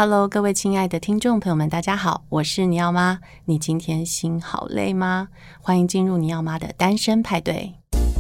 Hello， 各位亲爱的听众朋友们，大家好，我是尼奥妈。你今天心好累吗？欢迎进入尼奥妈的单身派对。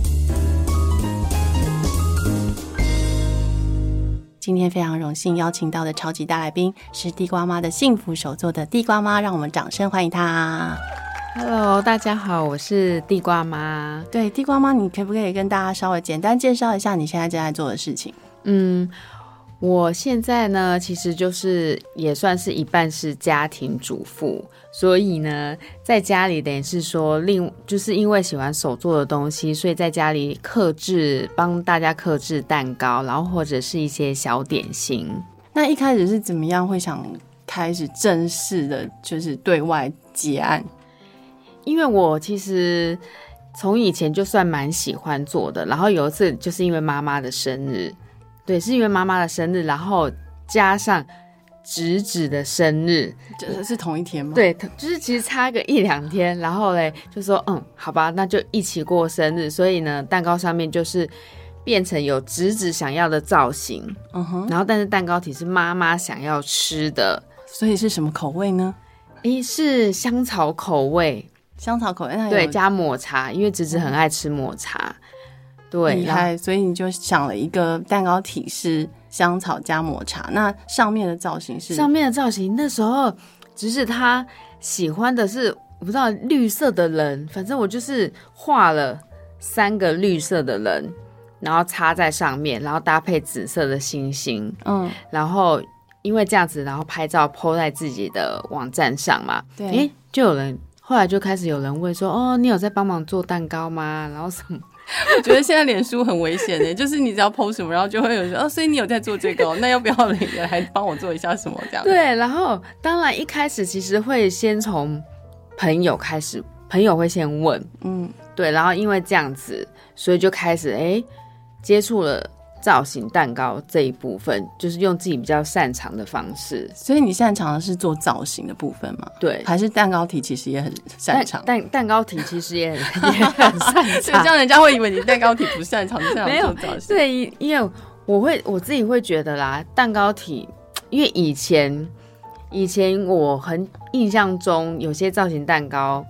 今天非常荣幸邀请到的超级大来宾是地瓜妈的幸福手作的地瓜妈，让我们掌声欢迎她。 Hello， 大家好，我是地瓜妈。 对，地瓜妈，你可不可以跟大家稍微简单介绍一下你现在正在做的事情？ 我现在呢，其实就是也算是一半是家庭主妇，所以呢，在家里等于是说就是因为喜欢手做的东西，所以在家里帮大家客制蛋糕，然后或者是一些小点心。 那一开始是怎么样会想开始正式的，就是对外接案？ 因为我其实从以前就算蛮喜欢做的，然后有一次就是因为妈妈的生日。对，是因为妈妈的生日，然后加上侄子的生日， 是同一天吗？ 对，就是其实差个1-2天，然后嘞就说好吧，那就一起过生日。所以呢，蛋糕上面就是变成有侄子想要的造型，然后但是蛋糕体是妈妈想要吃的。 所以是什么口味呢？ 是香草口味，对，加抹茶，因为侄子很爱吃抹茶。对， 厉害，所以你就想了一个蛋糕体是香草加抹茶。那上面的造型那时候只是他喜欢的是我不知道绿色的人，反正我就是画了3个绿色的人，然后插在上面，然后搭配紫色的星星，然后因为这样子，然后拍照 po 在自己的网站上嘛。 对， 后来就开始有人问说，你有在帮忙做蛋糕吗？然后什么？ 我觉得现在脸书很危险耶，就是你只要 po 什么，然后就会有人说所以你有在做这个那要不要来帮我做一下什么这样？ 对，然后当然一开始其实会先从朋友开始，朋友会先问，对，然后因为这样子，所以就开始接触了造型蛋糕这一部分，就是用自己比较擅长的方式。 所以你擅长的是做造型的部分吗？ 对， 还是蛋糕体其实也很擅长？ 蛋糕体其实也很擅长， 这样人家会以为你蛋糕体不擅长，你擅长做造型。 对，因为我自己会觉得啦，蛋糕体，因为以前我很印象中有些造型蛋糕，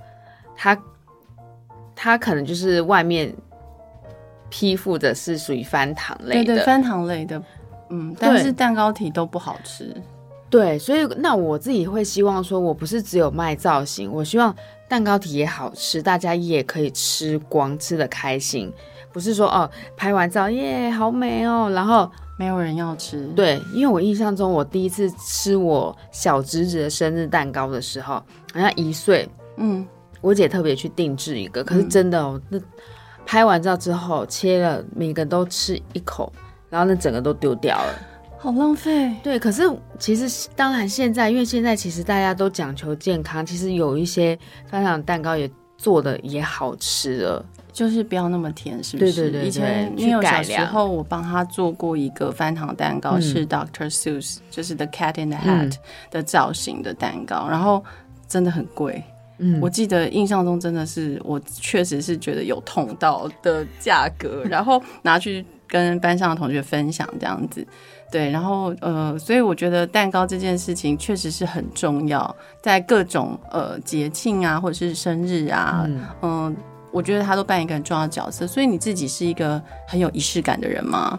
它可能就是外面批复的是属于翻糖类的， 对，翻糖类的，但是蛋糕体都不好吃。 对，所以那我自己会希望说，我不是只有卖造型，我希望蛋糕体也好吃，大家也可以吃光，吃得开心，不是说拍完照耶好美然后没有人要吃。 对，因为我印象中我第一次吃我小侄子的生日蛋糕的时候，好像1岁，我姐特别去定制一个，可是真的那拍完照之后切了，每个都吃一口，然后那整个都丢掉了， 好浪费。 对，可是其实当然因为现在其实大家都讲求健康，其实有一些翻糖蛋糕也做的也好吃了， 就是不要那么甜，是不是？ 对， 以前因为我小时候我帮他做过一个翻糖蛋糕，是 Dr. Seuss 就是 The Cat in the Hat 的造型的蛋糕，然后真的很贵。我记得印象中真的是我确实是觉得有痛到的价格，然后拿去跟班上的同学分享这样子。对，然后所以我觉得蛋糕这件事情确实是很重要，在各种节庆啊或者是生日啊，我觉得它都扮演一个很重要的角色。所以你自己是一个很有仪式感的人吗？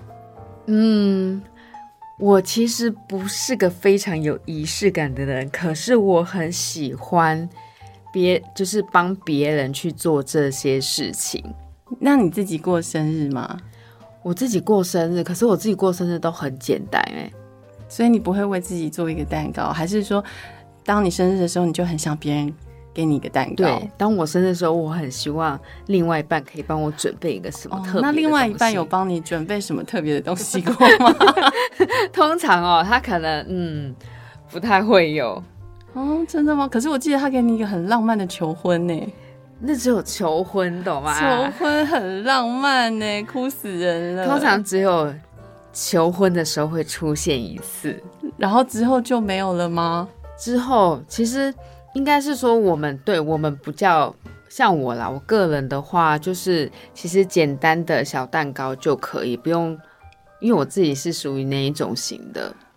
我其实不是个非常有仪式感的人，可是我很喜欢就是帮别人去做这些事情。 那你自己过生日吗？ 我自己过生日，可是我自己过生日都很简单所以你不会为自己做一个蛋糕，还是说当你生日的时候你就很想别人给你一个蛋糕？ 对，当我生日的时候我很希望另外一半可以帮我准备一个什么特别的东西。 那另外一半有帮你准备什么特别的东西过吗？ 通常他可能不太会有。 真的吗？可是我记得他给你一个很浪漫的求婚呢。 那只有求婚懂吗？ 求婚很浪漫呢，哭死人了。 通常只有求婚的时候会出现一次， 然后之后就没有了吗？ 之后其实应该是说我们不叫像我啦，我个人的话就是其实简单的小蛋糕就可以，不用，因为我自己是属于那一种型的。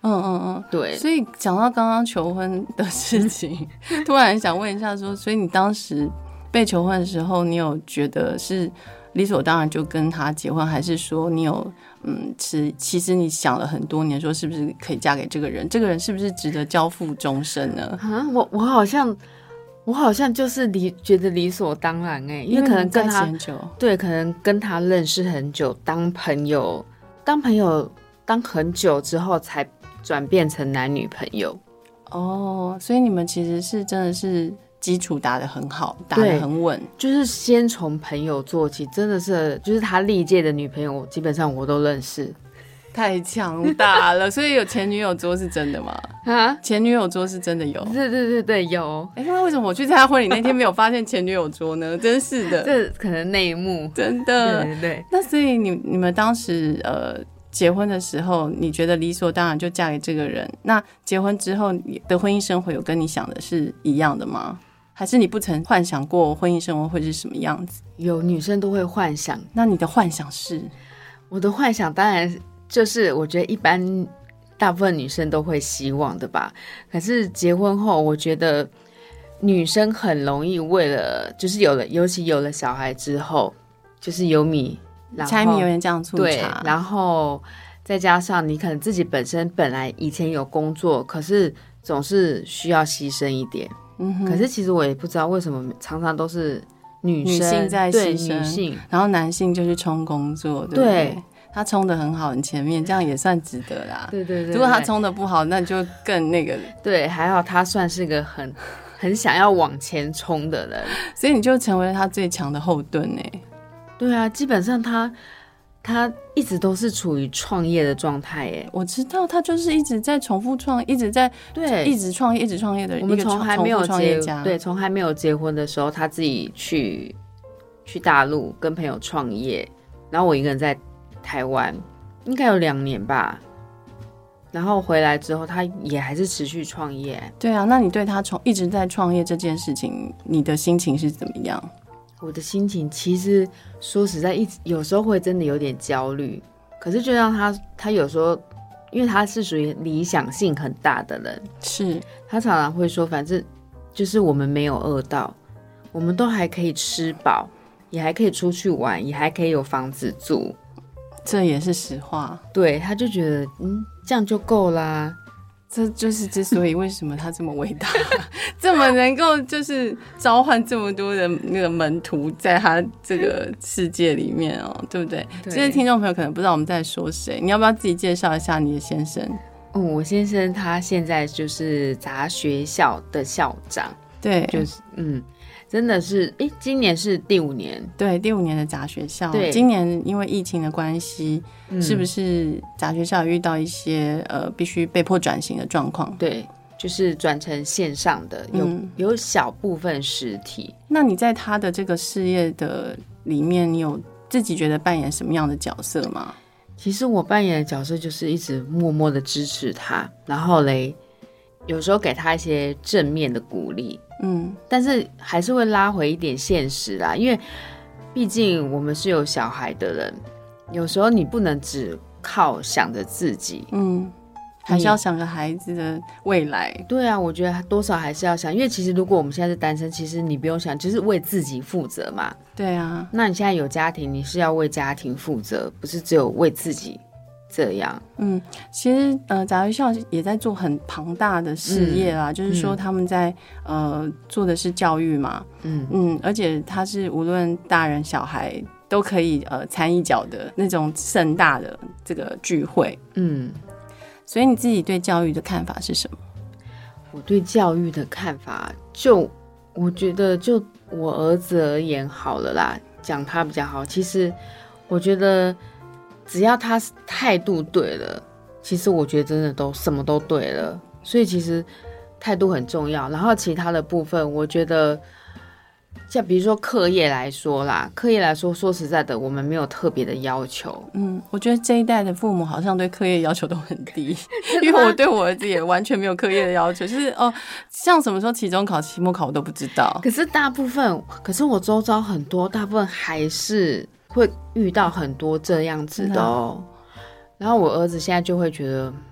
对。 所以讲到刚刚求婚的事情，突然想问一下说，所以你当时被求婚的时候，你有觉得是理所当然就跟他结婚，还是说你有其实你想了很多年，说是不是可以嫁给这个人，这个人是不是值得交付终身呢？ 我好像就是觉得理所当然因为可能跟他对，可能跟他认识很久，当朋友当很久之后才转变成男女朋友。 所以你们其实是真的是基础打得很好，打得很稳， 就是先从朋友做起，真的是就是他历届的女朋友基本上我都认识。 太强大了。所以有前女友桌是真的吗？前女友桌是真的有？ 对有。 那为什么我去参加婚礼那天没有发现前女友桌呢？真是的， 这可能内幕， 真的。 对。 那所以你们当时结婚的时候，你觉得理所当然就嫁给这个人，那结婚之后你的婚姻生活有跟你想的是一样的吗？还是你不曾幻想过婚姻生活会是什么样子？ 有，女生都会幻想。 那你的幻想是？ 我的幻想当然就是我觉得一般大部分女生都会希望的吧。可是结婚后，我觉得女生很容易为了就是尤其有了小孩之后，就是有米，然后柴米油盐酱醋茶， 对，然后再加上你可能自己本来以前有工作，可是总是需要牺牲一点。可是其实我也不知道为什么常常都是女性在牺牲， 女性， 然后男性就是冲工作，对不对？他冲得很好，很前面，这样也算值得啦。 对。 如果他冲得不好，那就更那个。 对，还好他算是个很想要往前冲的人， 所以你就成为了他最强的后盾呢。 对啊，基本上他一直都是处于创业的状态耶。 我知道他就是一直在重复创，一直在一直创业的人。 我们从还没有创业家， 对，从还没有结婚的时候，他自己去大陆跟朋友创业，然后我一个人在台湾，应该有2年吧。然后回来之后，他也还是持续创业。 对啊，那你对他一直在创业这件事情，你的心情是怎么样？ 我的心情其实说实在，有时候会真的有点焦虑。可是就让他有时候，因为他是属于理想性很大的人， 是他常常会说，反正就是我们没有饿到，我们都还可以吃饱，也还可以出去玩，也还可以有房子住， 这也是实话。 对，他就觉得这样就够啦。 这就是之所以为什么他这么伟大这么能够就是召唤这么多的那个门徒在他这个世界里面对不对？这些听众朋友可能不知道我们在说谁，你要不要自己介绍一下你的先生？ 我先生他现在就是杂学校的校长。 对， 就是真的是今年是第5年， 对，第5年的杂学校。 对， 今年因为疫情的关系，是不是杂学校遇到一些必须被迫转型的状况？ 对，就是转成线上的，有小部分实体。 那你在他的这个事业的里面，你有自己觉得扮演什么样的角色吗？ 其实我扮演的角色就是一直默默的支持他，然后有时候给他一些正面的鼓励。但是还是会拉回一点现实啦，因为毕竟我们是有小孩的人，有时候你不能只靠想着自己， 还是要想个孩子的未来。 对啊，我觉得多少还是要想，因为其实如果我们现在是单身，其实你不用想，就是为自己负责嘛。 对啊， 那你现在有家庭，你是要为家庭负责，不是只有为自己这样。 其实杂学校也在做很庞大的事业啦，就是说他们在做的是教育嘛，而且他是无论大人小孩都可以参一脚的那种盛大的这个聚会。所以你自己对教育的看法是什么？ 我对教育的看法，我觉得就我儿子而言好了啦，讲他比较好。其实我觉得只要他态度对了，其实我觉得真的都什么都对了。所以其实态度很重要，然后其他的部分我觉得像比如说课业来说啦，说实在的，我们没有特别的要求。 我觉得这一代的父母好像对课业要求都很低因为我对我儿子也完全没有课业的要求，就是像什么时候期中考期末考我都不知道。可是我周遭很多大部分还是会遇到很多这样子的然后我儿子现在就会觉得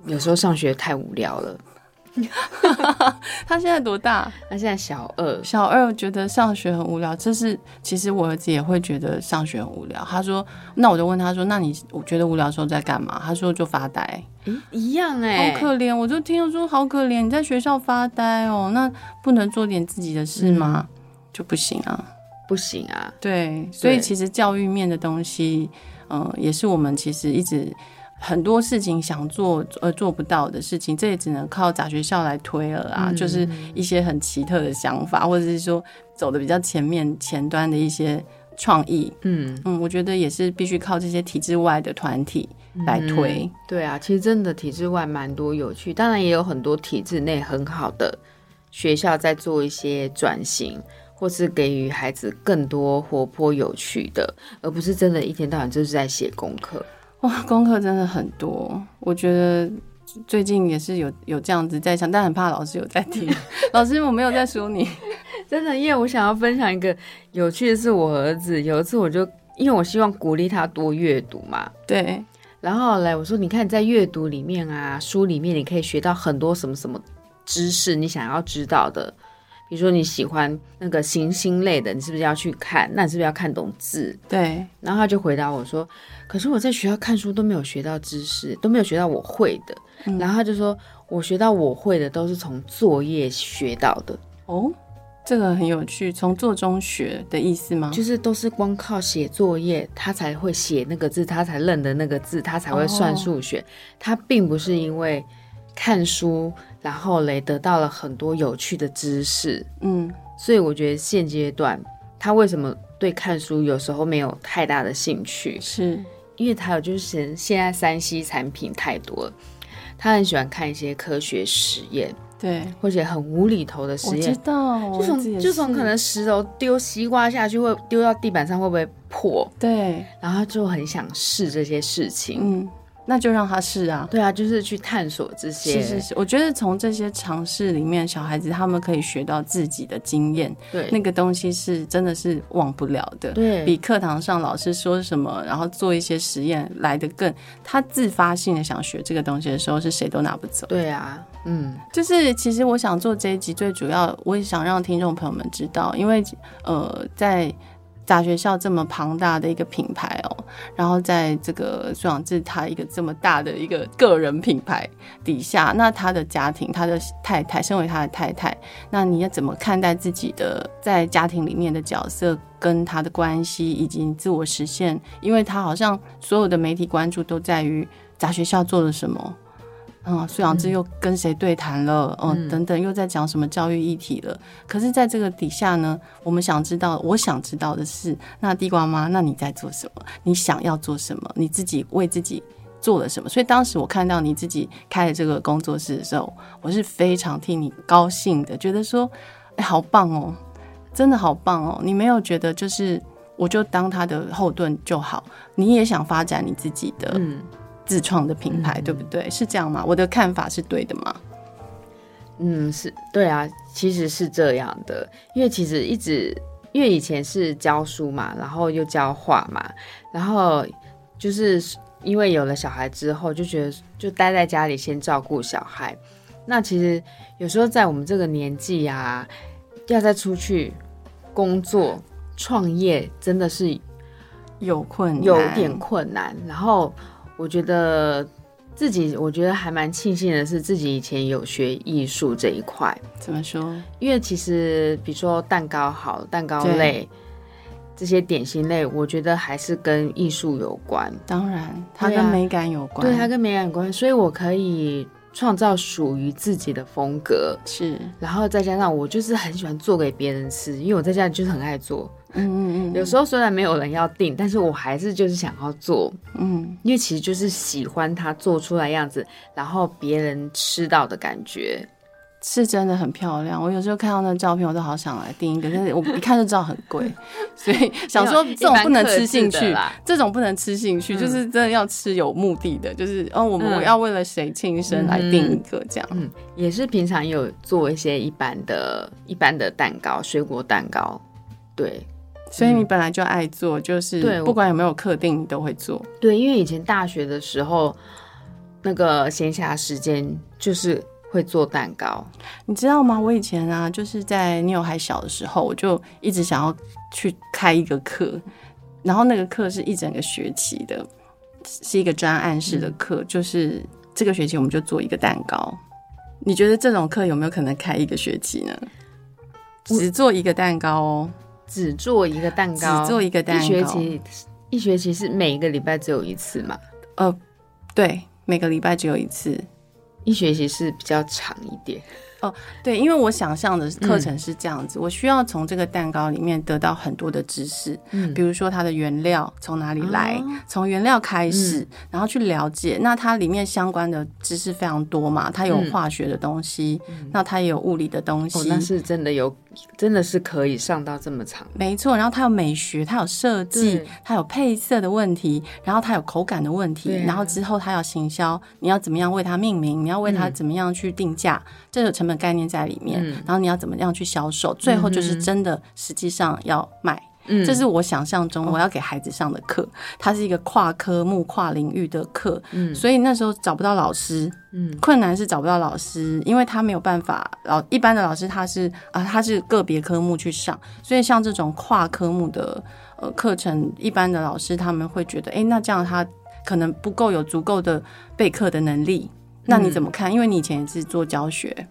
有时候上学太无聊了。 他现在多大？ 他现在小二。 小二觉得上学很无聊，其实我儿子也会觉得上学很无聊。他说，那我就问他说，那你我觉得无聊的时候在干嘛？他说就发呆。 一样欸， 好可怜。我就听了说好可怜，你在学校发呆哦，那不能做点自己的事吗？就不行啊。 不行啊。 对，所以其实教育面的东西也是我们其实一直很多事情想做而做不到的事情，这也只能靠杂学校来推了啊。就是一些很奇特的想法，或者是说走的比较前端的一些创意。我觉得也是必须靠这些体制外的团体来推。 对啊，其实真的体制外蛮多有趣，当然也有很多体制内很好的学校在做一些转型，或是给予孩子更多活泼有趣的，而不是真的一天到晚就是在写功课。 哇，功课真的很多。我觉得最近也是有这样子在想，但很怕老师有在听。老师，我没有在说你。 真的，因为我想要分享一个有趣的是，我儿子有一次因为我希望鼓励他多阅读嘛。 对。 然后来我说，你看你在阅读里面啊，书里面你可以学到很多什么什么知识，你想要知道的。比如说你喜欢那个行星类的，你是不是要去看？那你是不是要看懂字？ 对。 然后他就回答我说，可是我在学校看书都没有学到知识，都没有学到我会的。然后他就说，我学到我会的都是从作业学到的。 哦，这个很有趣，从做中学的意思吗？ 就是都是光靠写作业他才会写那个字，他才认得那个字，他才会算数学。他并不是因为看书然后得到了很多有趣的知识。所以我觉得现阶段他为什么对看书有时候没有太大的兴趣，是因为他有就是现在3C 产品太多了，他很喜欢看一些科学实验。对，或者很无厘头的实验。我知道，就从可能10楼丢西瓜下去，会丢到地板上会不会破？对，然后他就很想试这些事情。 那就让他试啊。 对啊，就是去探索这些。 是，我觉得从这些尝试里面，小孩子他们可以学到自己的经验。对，那个东西是真的是忘不了的。对，比课堂上老师说什么，然后做一些实验来得更，他自发性的想学这个东西的时候，是谁都拿不走。 对啊， 就是其实我想做这一集，最主要我也想让听众朋友们知道，因为在杂学校这么庞大的一个品牌哦，然后在这个苏养志他一个这么大的一个个人品牌底下，那他的家庭，他的太太，身为他的太太，那你要怎么看待自己的在家庭里面的角色跟他的关系以及自我实现？因为他好像所有的媒体关注都在于杂学校做了什么。苏养志又跟谁对谈了？等等，又在讲什么教育议题了？可是，在这个底下呢，我想知道的是，那地瓜妈，那你在做什么？你想要做什么？你自己为自己做了什么？所以当时我看到你自己开了这个工作室的时候，我是非常替你高兴的，觉得说，好棒哦，真的好棒哦！你没有觉得就是我就当他的后盾就好，你也想发展你自己的。自创的品牌，对不对？是这样吗？我的看法是对的吗？ 是对啊，其实是这样的。因为其实因为以前是教书嘛，然后又教画嘛，然后就是因为有了小孩之后，就觉得就待在家里先照顾小孩。那其实有时候在我们这个年纪啊，要再出去工作创业，真的是有点困难。然后我觉得还蛮庆幸的是，自己以前有学艺术这一块。 怎么说？ 因为其实比如说蛋糕类这些点心类，我觉得还是跟艺术有关。 当然，它跟美感有关。 对，它跟美感有关，所以我可以创造属于自己的风格。是，然后再加上我就是很喜欢做给别人吃，因为我在家里就是很爱做。有时候虽然没有人要订，但是我还是就是想要做。因为其实就是喜欢它做出来样子，然后别人吃到的感觉。 是真的很漂亮，我有时候看到那照片我都好想来订一个，但是我一看就知道很贵，所以想说这种不能吃进去，就是真的要吃有目的的，就是我要为了谁庆生来订一个这样。 也是平常有做一些一般的蛋糕，水果蛋糕。对， 所以你本来就爱做，就是不管有没有课订你都会做。 对，因为以前大学的时候那个闲暇时间就是会做蛋糕。 你知道吗？我以前啊，就是在妞还小的时候，我就一直想要去开一个课，然后那个课是一整个学期的，是一个专案式的课，就是这个学期我们就做一个蛋糕。你觉得这种课有没有可能开一个学期呢？只做一个蛋糕哦， 只做一个蛋糕， 只做一个蛋糕， 一学期是每一个礼拜只有一次嘛？ 对，每个礼拜只有一次。 一学期是比较长一点。 对，因为我想象的课程是这样子，我需要从这个蛋糕里面得到很多的知识，比如说它的原料从哪里来，从原料开始，然后去了解，那它里面相关的知识非常多嘛，它有化学的东西，那它也有物理的东西， 那是真的是可以上到这么长。 没错，然后它有美学，它有设计，它有配色的问题，然后它有口感的问题，然后之后它要行销，你要怎么样为它命名，你要为它怎么样去定价，这有成本概念在里面，然后你要怎么样去销售，最后就是真的实际上要卖。这是我想象中我要给孩子上的课，它是一个跨科目跨领域的课，所以那时候找不到老师，困难是找不到老师，因为他没有办法，一般的老师他是个别科目去上，所以像这种跨科目的课程，一般的老师他们会觉得那这样他可能不够有足够的备课的能力，那你怎么看？因为你以前也是做教学。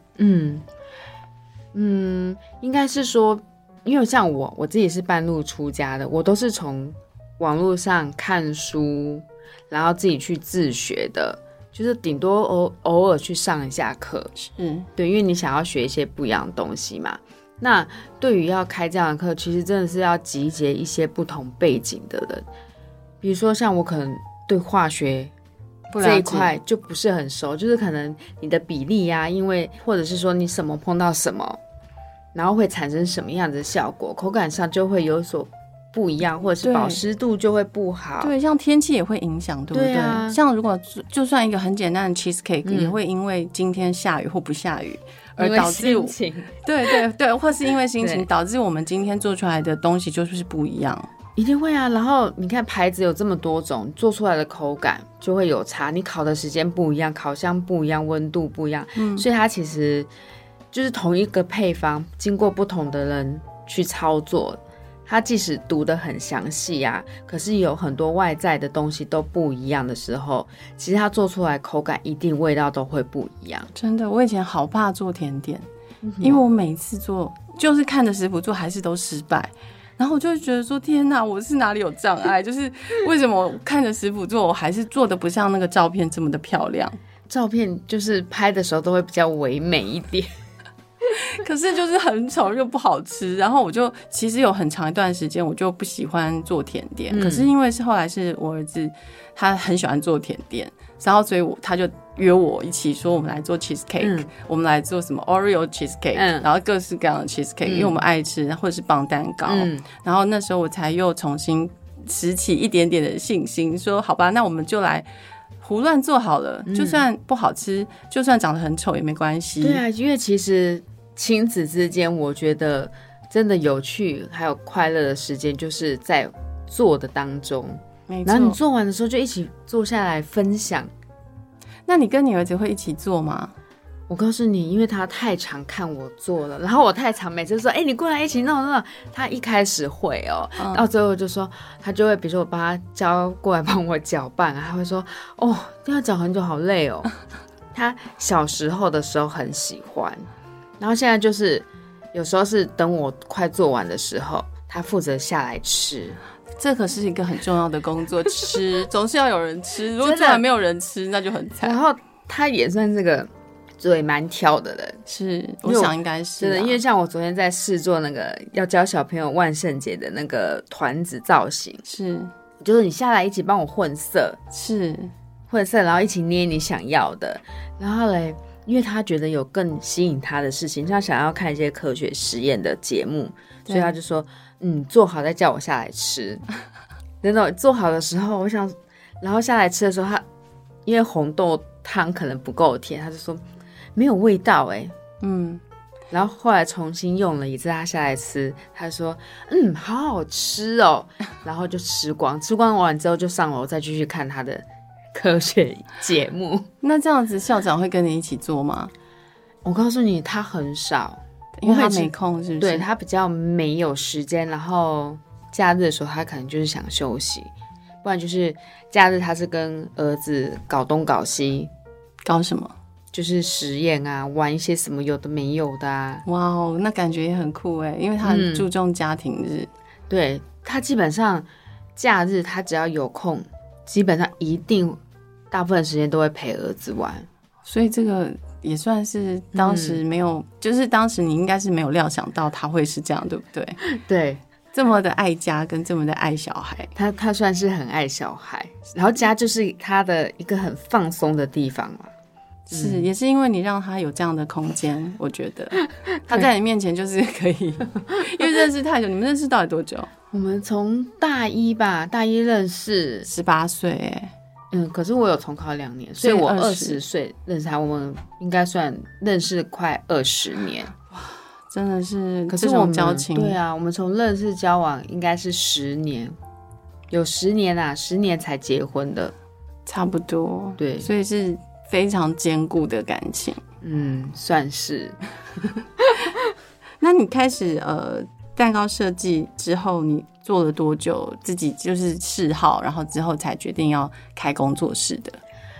应该是说，因为像我自己是半路出家的，我都是从网络上看书，然后自己去自学的，就是顶多偶尔去上一下课。 是对，因为你想要学一些不一样的东西嘛。那对于要开这样的课，其实真的是要集结一些不同背景的人，比如说像我可能对化学这一块就不是很熟，就是可能你的比例啊，因为或者是说你什么碰到什么，然后会产生什么样子的效果，口感上就会有所不一样，或者是保湿度就会不好。 对，像天气也会影响，对不对？像如果就算一个很简单的 cheesecake，也会因为今天下雨或不下雨而导致心情， 对，或是因为心情导致我们今天做出来的东西就是不一样。 一定会啊，然后你看牌子有这么多种，做出来的口感就会有差，你烤的时间不一样，烤箱不一样，温度不一样，所以它其实就是同一个配方，经过不同的人去操作，它即使读得很详细啊，可是有很多外在的东西都不一样的时候，其实它做出来口感一定味道都会不一样。 真的，我以前好怕做甜点，因为我每次做就是看着食谱做还是都失败，然后我就会觉得说天哪，我是哪里有障碍？就是为什么我看着食谱做，我还是做的不像那个照片这么的漂亮？ 照片就是拍的时候都会比较唯美一点， 可是就是很丑又不好吃。然后我就其实有很长一段时间我就不喜欢做甜点，可是因为是后来是我儿子他很喜欢做甜点，然后所以他就约我一起说我们来做 cheesecake，我们来做什么 Oreo cheesecake，然后各式各样的 cheesecake，因为我们爱吃，或者是棒蛋糕，然后那时候我才又重新拾起一点点的信心，说好吧，那我们就来胡乱做好了，就算不好吃，就算长得很丑也没关系。 对啊，因为其实亲子之间我觉得真的有趣还有快乐的时间就是在做的当中，然后你做完的时候就一起坐下来分享。 那你跟你儿子会一起做吗？ 我告诉你，因为他太常看我做了，然后我太常每次说你过来一起弄，他一开始会到最后就说他就会比如说我帮他教过来帮我搅拌，他会说要搅很久好累他小时候的时候很喜欢，然后现在就是有时候是等我快做完的时候他负责下来吃， 这可是一个很重要的工作，吃总是要有人吃，如果做完没有人吃那就很惨。 然后他也算这个嘴蛮挑的人， 是我想应该是真的，因为像我昨天在试做那个要教小朋友万圣节的那个团子造型，就是你下来一起帮我混色，然后一起捏你想要的，然后嘞因为他觉得有更吸引他的事情，他想要看一些科学实验的节目，所以他就说做好再叫我下来吃。真的做好的时候我想，然后下来吃的时候他因为红豆汤可能不够甜，他就说没有味道然后后来重新用了一次，他下来吃他说好好吃然后就吃光完之后就上楼再继续看他的科学节目。 那这样子校长会跟你一起做吗？ 我告诉你，他很少， 因为他没空，是不是？ 对，他比较没有时间，然后假日的时候他可能就是想休息，不然就是假日他是跟儿子搞东搞西。 搞什么？ 就是实验啊，玩一些什么有的没有的啊。 哇哦，那感觉也很酷耶，因为他很注重家庭日。 对，他基本上假日他只要有空，基本上一定大部分时间都会陪儿子玩。 所以这个也算是当时没有，就是当时你应该是没有料想到他会是这样，对不对？ 对， 这么的爱家跟这么的爱小孩。 他算是很爱小孩，然后家就是他的一个很放松的地方嘛。 是，也是因为你让他有这样的空间，我觉得他在你面前就是可以，因为认识太久。你们认识到底多久？ 我们从大一认识 ，18岁哎。 可是我有重考2年，所以我20岁认识他，我们应该算认识快20年。 哇，真的是， 可是我们交情，对啊，我们从认识交往应该是10年，有10年啊，10年才结婚的， 差不多。 对， 所以是非常坚固的感情。 算是。 那你开始蛋糕设计之后，你做了多久？自己就是嗜好，然后之后才决定要开工作室的。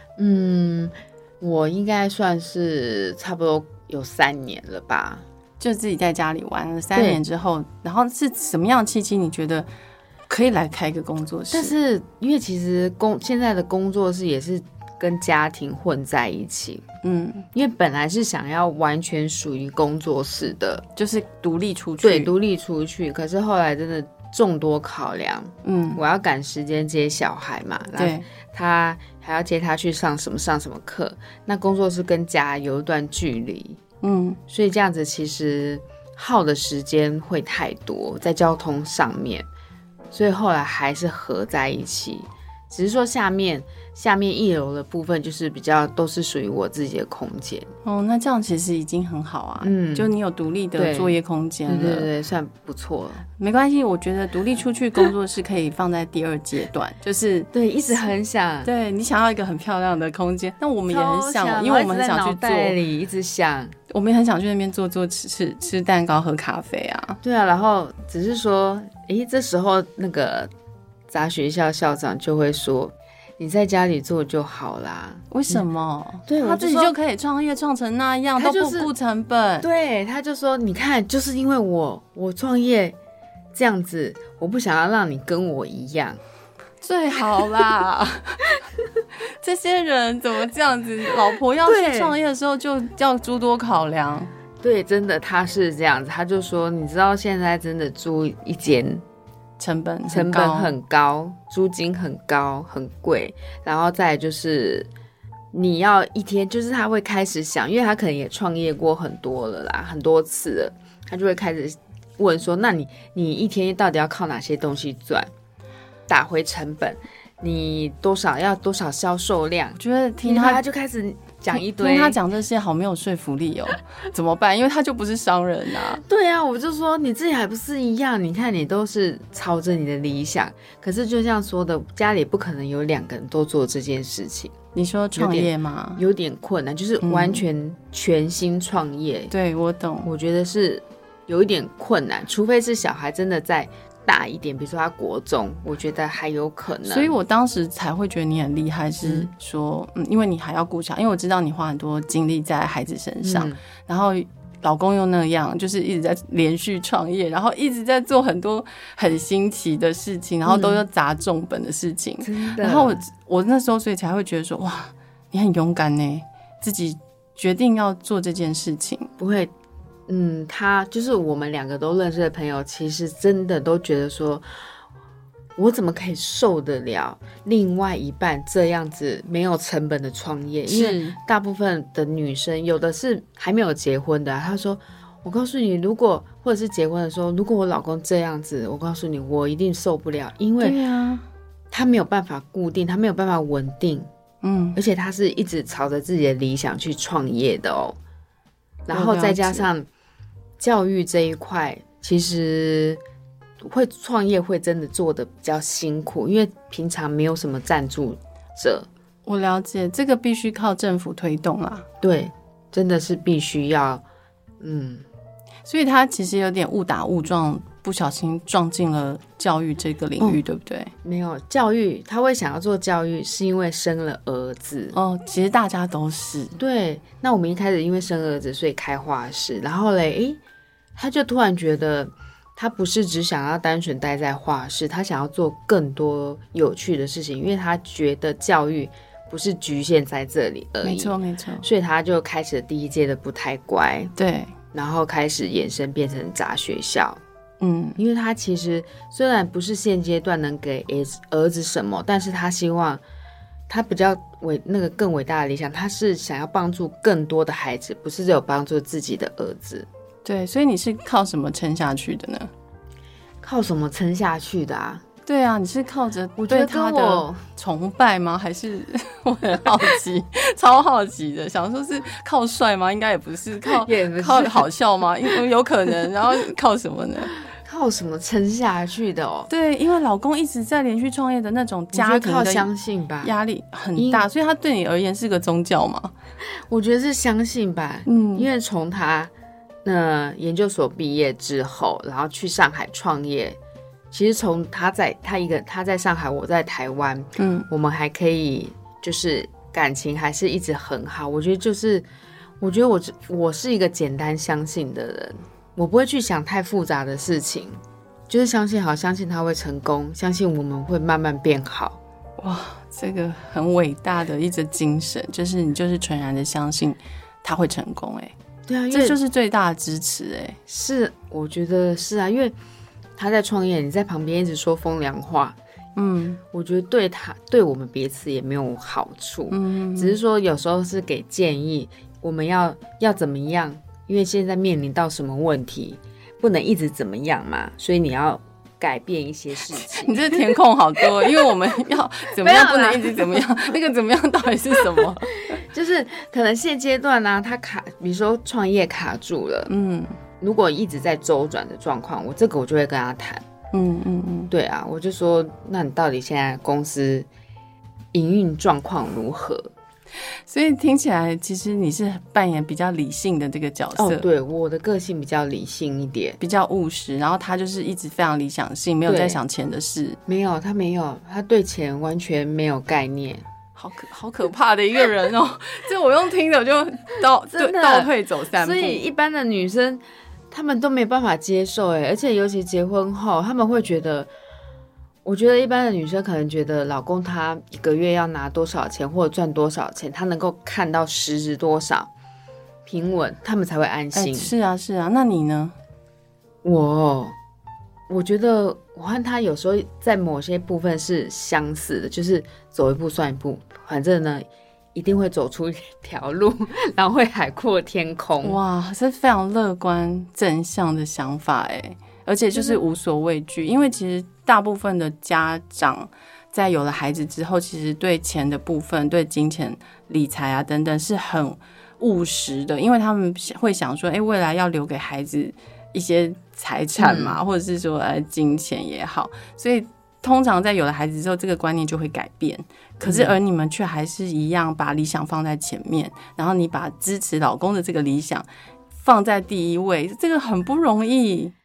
我应该算是差不多有3年了吧， 就自己在家里玩了3年之后，然后是什么样的契机？你觉得可以来开一个工作室？ 但是因为其实现在的工作室也是跟家庭混在一起，因为本来是想要完全属于工作室的， 就是独立出去， 对，独立出去。可是后来真的众多考量，我要赶时间接小孩嘛， 对， 他还要接他去上什么课，那工作室跟家有一段距离，所以这样子其实耗的时间会太多在交通上面，所以后来还是合在一起。只是说下面1楼的部分就是比较都是属于我自己的空间。 那这样其实已经很好啊，就你有独立的作业空间了， 对，算不错了。 没关系，我觉得独立出去工作室可以放在第2阶段，就是对，一直很想， 对你想要一个很漂亮的空间，那我们也很想，因为我们很想去做， 一直想， 我们也很想去那边做吃蛋糕、喝咖啡啊。 对啊，然后只是说，这时候那个杂学校校长就会说，你在家里做就好啦。 为什么？ 对， 他自己就可以创业创成那样，都不顾成本。 对，他就说，你看，就是因为我创业这样子，我不想要让你跟我一样。 最好啦。这些人怎么这样子？老婆要去创业的时候就要诸多考量。 对，真的他是这样子。他就说，你知道现在真的租一间成本很高，租金很高，很贵。然后再来就是你要一天，就是他会开始想，因为他可能也创业过很多了啦，很多次了，他就会开始问说，那你一天到底要靠哪些东西赚，打回成本，你要多少销售量？ 我觉得听他就开始讲一堆， 听他讲这些好没有说服力哦。怎么办？因为他就不是商人啊。 对啊，我就说你自己还不是一样？你看你都是朝着你的理想，可是就像说的，家里不可能有2个人都做这件事情。 你说创业吗？ 有点困难，就是完全全新创业。 对，我懂。 我觉得是有一点困难，除非是小孩真的在大一点，比如说他国中，我觉得还有可能。 所以我当时才会觉得你很厉害，是说，因为你还要顾小孩，因为我知道你花很多精力在孩子身上，然后老公又那样，就是一直在连续创业，然后一直在做很多很新奇的事情，然后都要砸重本的事情。 真的。 然后我那时候所以才会觉得说，哇，你很勇敢呢，自己决定要做这件事情。 不会。他就是我们2个都认识的朋友，其实真的都觉得说，我怎么可以受得了另外一半这样子没有成本的创业？因为大部分的女生有的是还没有结婚的，她说，我告诉你，如果或者是结婚的时候，如果我老公这样子，我告诉你，我一定受不了，因为他没有办法固定，他没有办法稳定，而且他是一直朝着自己的理想去创业的哦，然后再加上教育这一块，其实会创业会真的做的比较辛苦，因为平常没有什么赞助者。 我了解，这个必须靠政府推动啦。 对，真的是必须要， 所以他其实有点误打误撞，不小心撞进了教育这个领域，对不对？ 没有教育，他会想要做教育，是因为生了儿子。 其实大家都是。 对，那我们一开始因为生儿子，所以开画室，然后嘞，他就突然觉得，他不是只想要单纯待在画室，他想要做更多有趣的事情，因为他觉得教育不是局限在这里而已。 没错，没错。 所以他就开始了第一届的不太乖， 对， 然后开始衍生变成杂学校。因为他其实虽然不是现阶段能给儿子什么，但是他希望他比较更伟大的理想，他是想要帮助更多的孩子，不是只有帮助自己的儿子。 对，所以你是靠什么撑下去的呢？ 靠什么撑下去的啊？ 对啊，你是靠着对他的崇拜吗？还是我很好奇，超好奇的，想说是靠帅吗？应该也不是，靠好笑吗？有可能，然后靠什么呢？ 靠什么撑下去的哦？ 对，因为老公一直在连续创业的那种家庭的相信吧， 压力很大，所以他对你而言是个宗教吗？ 我觉得是相信吧，因为从他研究所毕业之后，然后去上海创业，其实从他在上海，我在台湾，我们还可以就是感情还是一直很好。我觉得我是一个简单相信的人。我不会去想太复杂的事情，就是相信他会成功，相信我们会慢慢变好。 哇，这个很伟大的一则精神，就是你就是纯然的相信他会成功。 对啊， 这就是最大的支持。 是，我觉得是啊，因为他在创业，你在旁边一直说风凉话，我觉得对我们彼此也没有好处，只是说有时候是给建议，我们要怎么样。因为现在面临到什么问题，不能一直怎么样嘛，所以你要改变一些事情。 你这填空好多，因为我们要怎么样不能一直怎么样，那个怎么样到底是什么？ 就是可能现阶段呢，他比如说创业卡住了，如果一直在周转的状况，我就会跟他谈，对啊，我就说，那你到底现在公司营运状况如何？ 所以听起来其实你是扮演比较理性的这个角色。 对，我的个性比较理性一点， 比较务实，然后他就是一直非常理想性，没有在想钱的事。 没有，他对钱完全没有概念。 好可怕的一个人哦！这我用听的我就倒退走3步。 所以一般的女生她们都没办法接受而且尤其结婚后，她们会觉得。我觉得一般的女生可能觉得老公他一个月要拿多少钱或者赚多少钱，他能够看到实质多少平稳，他们才会安心。 是啊，那你呢？ 我觉得我和他有时候在某些部分是相似的，就是走一步算一步，反正呢一定会走出一条路，然后会海阔天空。 哇，这非常乐观正向的想法而且就是无所畏惧，因为其实大部分的家长在有了孩子之后，其实对钱的部分、对金钱理财啊等等是很务实的，因为他们会想说，未来要留给孩子一些财产嘛，或者是说金钱也好，所以通常在有了孩子之后，这个观念就会改变。可是而你们却还是一样把理想放在前面，然后你把支持老公的这个理想放在第一位，这个很不容易。